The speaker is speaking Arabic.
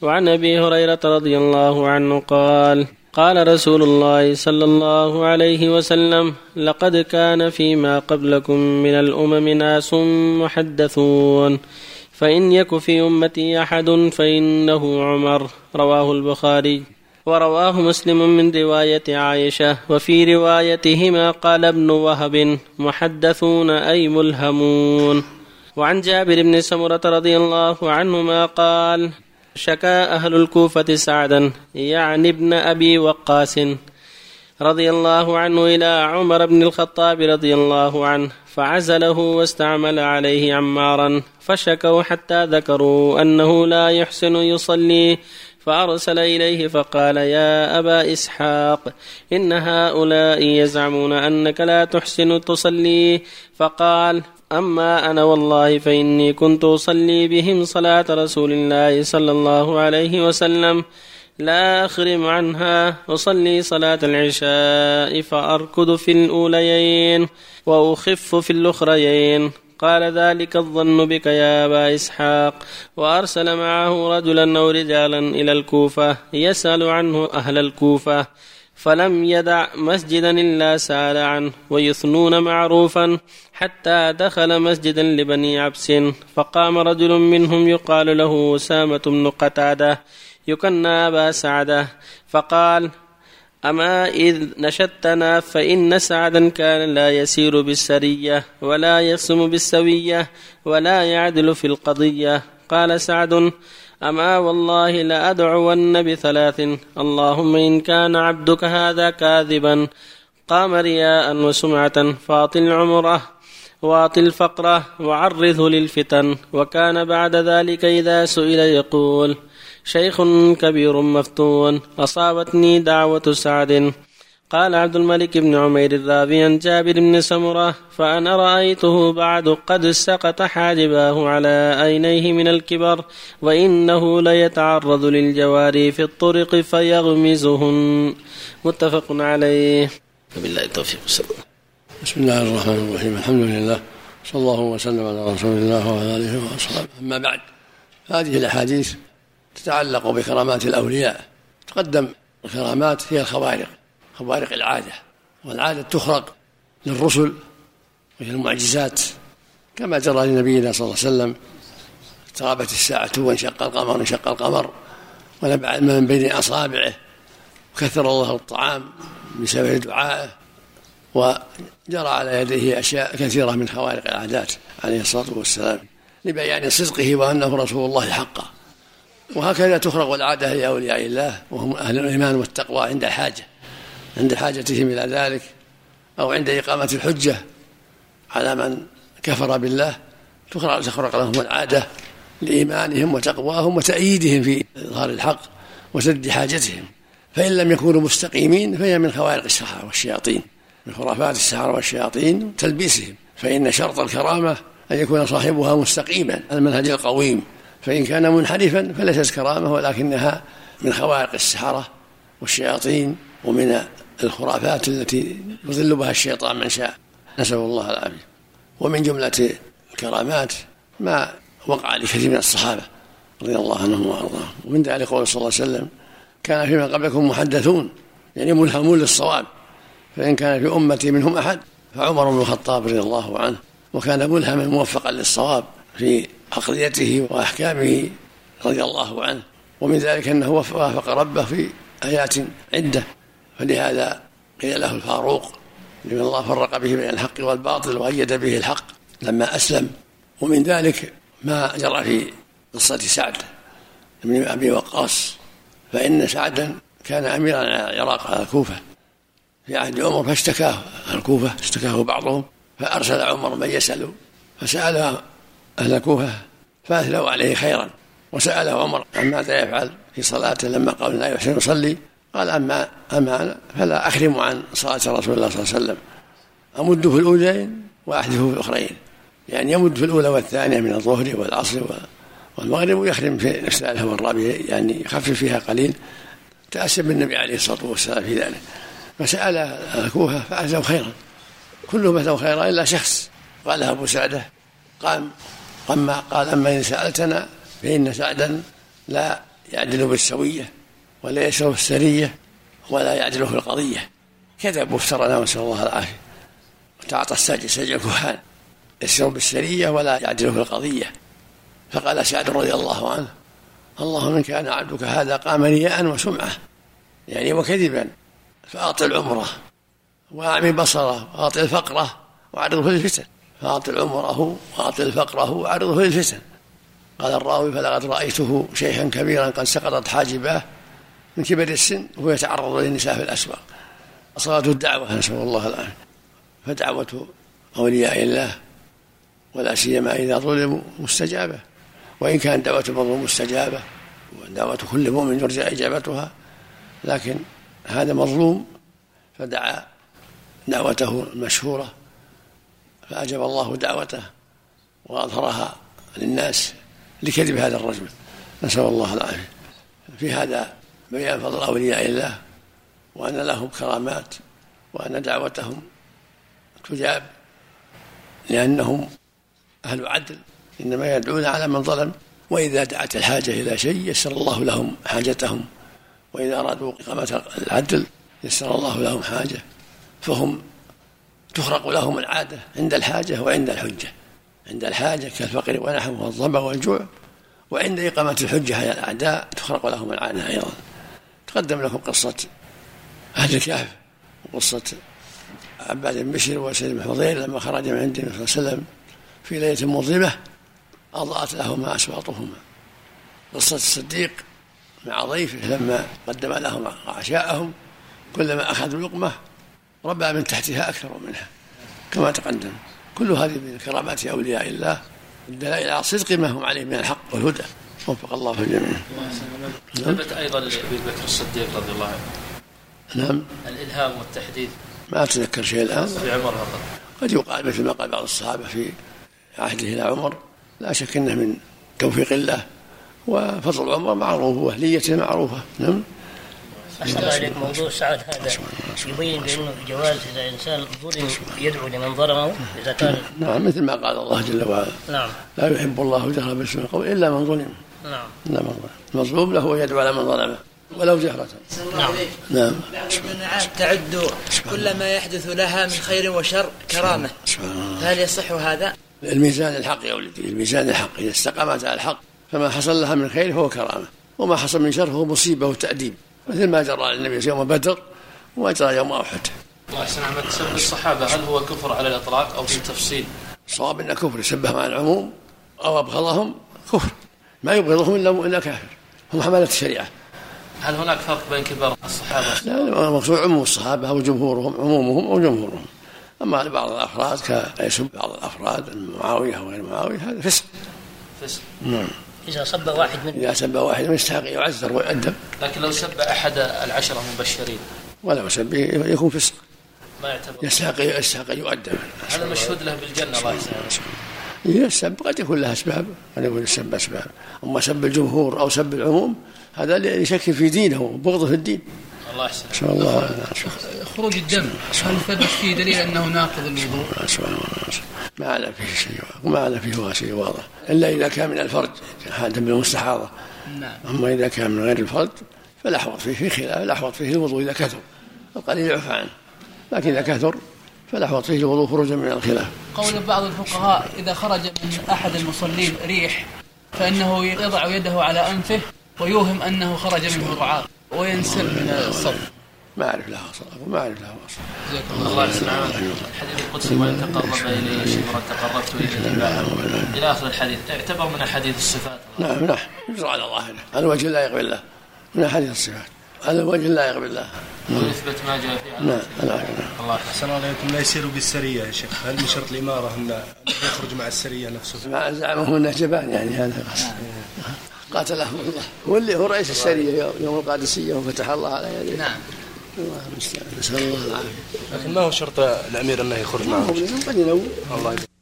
وعن أبي هريرة رضي الله عنه قال قال رسول الله صلى الله عليه وسلم لقد كان فيما قبلكم من الأمم ناس محدثون فإن يك في أمتي أحد فإنه عمر. رواه البخاري. ورواه مسلم من رواية عائشة. وفي روايتهما قال ابن وهب محدثون أي ملهمون. وعن جابر بن سمرة رضي الله عنهما قال شكى أهل الكوفة سعدا يعني ابن أبي وقاص رضي الله عنه إلى عمر بن الخطاب رضي الله عنه فعزله واستعمل عليه عمارا فشكوا حتى ذكروا أنه لا يحسن يصلي فأرسل إليه فقال يا أبا إسحاق إن هؤلاء يزعمون أنك لا تحسن تصلي. فقال أما أنا والله فإني كنت أصلي بهم صلاة رسول الله صلى الله عليه وسلم لا أخرم عنها. أصلي صلاة العشاء فأركض في الأوليين وأخف في الأخريين. قال ذلك الظن بك يا أبا إسحاق. وأرسل معه رجلا أو رجالا إلى الكوفة يسأل عنه أهل الكوفة فلم يدع مسجدا إلا سأل عنه ويثنون معروفا حتى دخل مسجدا لبني عبس فقام رجل منهم يقال له أسامة بن قتادة يكنى أبا سعدة فقال أما إذ نشدتنا فإن سعدا كان لا يسير بالسرية ولا يصم بالسوية ولا يعدل في القضية. قال سعد أما والله لأدعون بثلاث اللهم إن كان عبدك هذا كاذبا قام رياء وسمعة فاطل عمره واطل فقره وعرضه للفتن. وكان بعد ذلك إذا سئل يقول شيخ كبير مفتون أصابتني دعوة سعد. قال عبد الملك بن عمير الراوي عن جابر بن سمرة فأنا رأيته بعد قد سقط حاجباه على عينيه من الكبر وإنه ليتعرض للجواري في الطرق فيغمزهن. متفق عليه. وبالله التوفيق. بسم الله الرحمن الرحيم. الحمد لله صلى الله وسلم على رسول الله وعلى آله وأصحابه. أما بعد هذه الأحاديث تتعلق بكرامات الأولياء. تقدم الكرامات هي الخوارق، خوارق العادة، والعادة تخرق للرسل وهي المعجزات كما جرى لنبينا صلى الله عليه وسلم اقتربت الساعة وانشق القمر انشق القمر ونبع الماء من بين أصابعه وكثر الله الطعام بسبب دعائه وجرى على يديه أشياء كثيرة من خوارق العادات عليه الصلاة والسلام لبيان صدقه وأنه رسول الله حقا. وهكذا تخرق العادة لأولياء الله وهم أهل الإيمان والتقوى عند حاجتهم إلى ذلك أو عند إقامة الحجة على من كفر بالله تخرق لهم العادة لإيمانهم وتقواهم وتأييدهم في إظهار الحق وسد حاجتهم. فإن لم يكونوا مستقيمين فهي من خوارق السحرة والشياطين، من خرافات السحرة والشياطين تلبيسهم. فإن شرط الكرامة أن يكون صاحبها مستقيما على المنهج القويم، فإن كان منحرفا فليست كرامة ولكنها من خوارق السحرة والشياطين ومن الخرافات التي يضل بها الشيطان من شاء، نسأل الله العافية. ومن جملة الكرامات ما وقع لكثير من الصحابة رضي الله عنهم وأرضاهم، ومن ذلك قول صلى الله عليه وسلم كان فيما قبلكم محدثون يعني ملهمون للصواب، فإن كان في أمتي منهم أحد فعمر بن الخطاب رضي الله عنه، وكان ملهما موفقا للصواب في عقليته وأحكامه رضي الله عنه. ومن ذلك أنه وافق ربه في آيات عدة، فلهذا قيل له الفاروق لمن الله فرق به بين الحق والباطل وأيد به الحق لما أسلم. ومن ذلك ما جرى في قصة سعد بن أبي وقاص، فإن سعدا كان أميرا على العراق على الكوفة في عهد عمر، فاشتكاه الكوفة، اشتكاه بعضهم، فأرسل عمر من يسأله، فسأل أهل الكوفة فأثنوا عليه خيرا، وسأله عمر عن ماذا يفعل في صلاته لما قال لا يحسن يصلي، قال أما أنا فلا أخرم عن صلاة رسول الله صلى الله عليه وسلم، أمد في الأولين وأحدث في الأخرين، يعني يمد في الأولى والثانية من الظهر والعصر والمغرب، ويخرم في الثالثة والرابعة يعني يخفف فيها قليل، تأسف بالنبي عليه الصلاة والسلام في ذلك. فسأل الكوفة فأجزوا خيرا، كلهم أجزوا خيرا إلا شخص قال أبو سعدة قال أما إن سألتنا فإن سعدا لا يعدل بالسوية ولا يسر في السرية ولا يعدل في القضية، كذب وافترى، نسأل الله العافية، وتعاطى سجع الكهان، يسر بالسرية ولا يعدل في القضية. فقال سعد رضي الله عنه: اللهم إن كان عبدك هذا قام رياء وسمعة، يعني وكذبا، فأعطل عمره وأعمي بصره وأعطل فقره وأعرضه في الفتن، فأعطل عمره وأعطل فقره وأعرضه في الفتن. قال الراوي: فلقد رأيته شيخا كبيرا قد سقطت حاجباه من كبر السن وهو يتعرض للنساء في الأسواق. أصابته الدعوة، نسأل الله العافية. فدعوة أولياء الله ولا سيما إذا ظلموا مستجابة، وإن كان دعوة المظلوم مستجابة ودعوة كل مؤمن يرجى إجابتها، لكن هذا مظلوم فدعا دعوته المشهورة فأجاب الله دعوته وأظهرها للناس لكذب هذا الرجل، نسأل الله العافية. في هذا بيان فضل أولياء الله وأن لهم كرامات وأن دعوتهم تجاب لأنهم أهل عدل، إنما يدعون على من ظلم، وإذا دعت الحاجة إلى شيء يسر الله لهم حاجتهم، وإذا أرادوا إقامة العدل يسر الله لهم حاجة، فهم تخرق لهم العادة عند الحاجة وعند الحجة. عند الحاجة كالفقر ونحوه والظمأ والجوع، وعند إقامة الحجة على الأعداء تخرق لهم العادة أيضا. تقدم لكم قصة أهل الكهف وقصة عباد بن بشر وسيد بن حضير لما خرج من عند النبي صلى الله عليه وسلم في ليلة مظلمة أضاءت لهما أسواطهما. قصة الصديق مع ضيفه لما قدم لهم عشاءهم كلما أخذوا لقمة ربى من تحتها أكثر منها كما تقدم. كل هذه من كرامات أولياء الله، الدلائل على صدق ما هم عليه من الحق والهدى، وفق الله في الجميع. ثبت أيضا لأبي بكر الصديق رضي الله عنه نعم الإلهام والتحديد، ما أتذكر شيء الآن، في عمر فقط. قد يقال مثل ما قال بعض الصحابة في عهده إلى عمر، لا شك أنه من توفيق الله، وفضل عمر معروف وأهليته معروفة. نعم. أحسن عليك. موضوع سعد هذا يبين بأنه جواز إذا إنسان ظلم يدعو لمن ظلمه إذا كان. نعم، مثل ما قال الله جل وعلا: نعم، لا يحب الله جهرا بالسوء القول إلا من ظلم. نعم، إلا من ظلم، المظلوم له يدعو على من ظلمه ولو جهرة. نعم. نعم. تعد كل ما يحدث لها من خير وشر كرامة، هل يصح هذا؟ الميزان الحق يا ولدي، الميزان الحق، إذا استقامت على الحق فما حصل لها من خير فهو كرامة، وما حصل من شر فهو مصيبة وتأديب، مثل ما جرى للنبي يوم بدر وما جرى يوم أحد. الله يحسن عملك. سب الصحابة هل هو كفر على الإطلاق أو في تفصيل؟ صواب أنه كفر، سبهم على العموم أو أبغضهم كفر، ما يبغضهم إلا كافر، هم حملة الشريعة. هل هناك فرق بين كبار الصحابة؟ لا، المقصود عموم الصحابة أو جمهورهم، عمومهم أو جمهورهم. أما بعض الأفراد كيسب بعض الأفراد معاوية وغير معاوية هذا فسق. نعم. إذا سب واحد منهم، إذا سب واحد يستحق يعذر ويؤدب. لكن لو سب أحد العشرة المبشرين ولا سب يكون فسق، ما يعتبر، يستحق يؤدب. هذا مشهود له بالجنة. الله يسلمك. السب قد يكون لها أسباب، قد يكون السب أسباب، أما سب الجمهور أو سب العموم هذا لشك في دينه وبغضه في الدين. الله يسلمك. شاء الله. خروج الدم هل ثبت فيه دليل أنه ناقض الوضوء؟ ما على فيه شيء، وما على فيه شيء واضح إلا إذا كان من الفرج دم المستحاضة. نعم. أما إذا كان من غير الفرج فالأحوط فيه خلاف، الأحوط فيه الوضوء إذا كثر، القليل يعفى عنه، لكن إذا كثر فالأحوط فيه الوضوء خروجا من الخلاف. قول بعض الفقهاء إذا خرج من أحد المصلين ريح فإنه يضع يده على أنفه ويوهم أنه خرج منه رعاة وينسل من الصف. ما أعرف لها أصلا، وما أعرف لها أصلا. الله يسلمك. الحديث القدسي: وإن تقرب إلي شبرا تقربت إليه باعا، إلى آخر الحديث. اعتبر من أحاديث الصفات. نعم، يجرى على ظاهره، على وجه لا يقبل الله، من أحاديث الصفات على وجه لا يقبل الله، ويثبت ما جاء فيه. نعم. الله يحسن عليكم. لا يسير بالسرية يا شيخ، هل من شرط الإمارة أن يخرج مع السرية نفسه؟ ما زعمه أنه جبان، يعني هذا قاتله الله، هو اللي هو رئيس السرية يوم القادسية وفتح الله على يديه. نعم. الله المستعان، نسأل الله العافية. لكن ما هو شرط الأمير أنه يخرج معه؟ قد ينوم. الله